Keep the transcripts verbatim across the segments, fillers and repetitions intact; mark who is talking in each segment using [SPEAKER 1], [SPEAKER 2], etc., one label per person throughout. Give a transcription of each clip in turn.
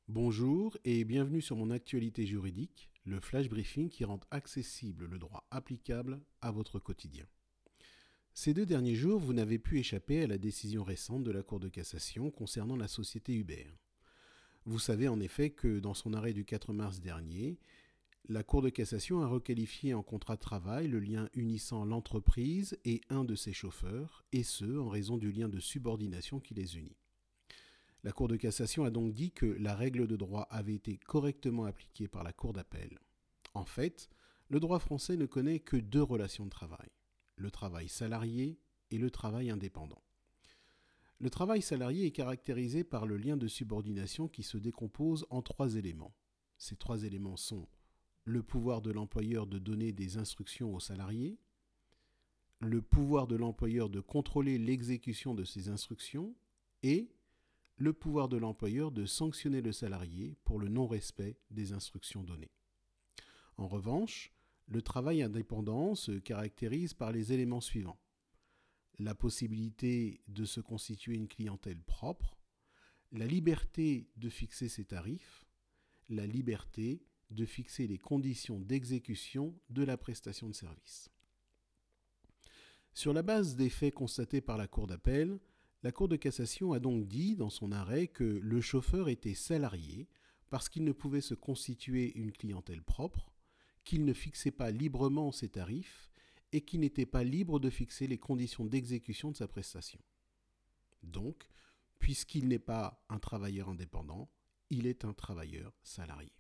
[SPEAKER 1] Bonjour et bienvenue sur mon actualité juridique, le flash briefing qui rend accessible le droit applicable à votre quotidien. Ces deux derniers jours, vous n'avez pu échapper à la décision récente de la Cour de cassation concernant la société Uber. Vous savez en effet que dans son arrêt du quatre mars dernier, la Cour de cassation a requalifié en contrat de travail le lien unissant l'entreprise et un de ses chauffeurs, et ce, en raison du lien de subordination qui les unit. La Cour de cassation a donc dit que la règle de droit avait été correctement appliquée par la Cour d'appel. En fait, le droit français ne connaît que deux relations de travail, le travail salarié et le travail indépendant. Le travail salarié est caractérisé par le lien de subordination qui se décompose en trois éléments. Ces trois éléments sont le pouvoir de l'employeur de donner des instructions aux salariés, le pouvoir de l'employeur de contrôler l'exécution de ces instructions et le pouvoir de l'employeur de sanctionner le salarié pour le non-respect des instructions données. En revanche, le travail indépendant se caractérise par les éléments suivants. La possibilité de se constituer une clientèle propre, la liberté de fixer ses tarifs, la liberté de fixer les conditions d'exécution de la prestation de service. Sur la base des faits constatés par la Cour d'appel, la Cour de cassation a donc dit dans son arrêt que le chauffeur était salarié parce qu'il ne pouvait se constituer une clientèle propre, qu'il ne fixait pas librement ses tarifs et qu'il n'était pas libre de fixer les conditions d'exécution de sa prestation. Donc, puisqu'il n'est pas un travailleur indépendant, il est un travailleur salarié.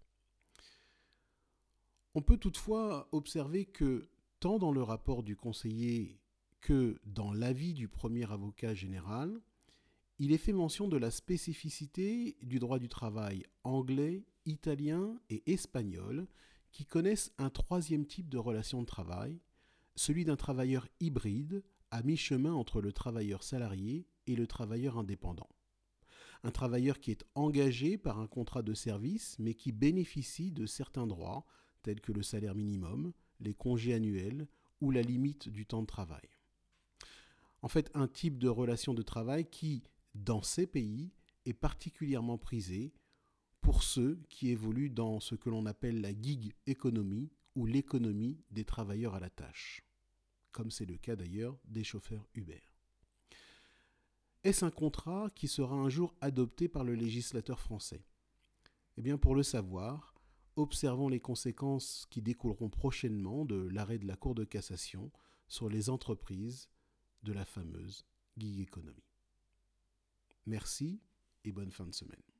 [SPEAKER 1] On peut toutefois observer que, tant dans le rapport du conseiller que dans l'avis du premier avocat général, il est fait mention de la spécificité du droit du travail anglais, italien et espagnol qui connaissent un troisième type de relation de travail, celui d'un travailleur hybride à mi-chemin entre le travailleur salarié et le travailleur indépendant. Un travailleur qui est engagé par un contrat de service mais qui bénéficie de certains droits tels que le salaire minimum, les congés annuels ou la limite du temps de travail. En fait, un type de relation de travail qui, dans ces pays, est particulièrement prisé pour ceux qui évoluent dans ce que l'on appelle la gig economy ou l'économie des travailleurs à la tâche, comme c'est le cas d'ailleurs des chauffeurs Uber. Est-ce un contrat qui sera un jour adopté par le législateur français ? Eh bien, pour le savoir, observons les conséquences qui découleront prochainement de l'arrêt de la Cour de cassation sur les entreprises de la fameuse gig economy. Merci et bonne fin de semaine.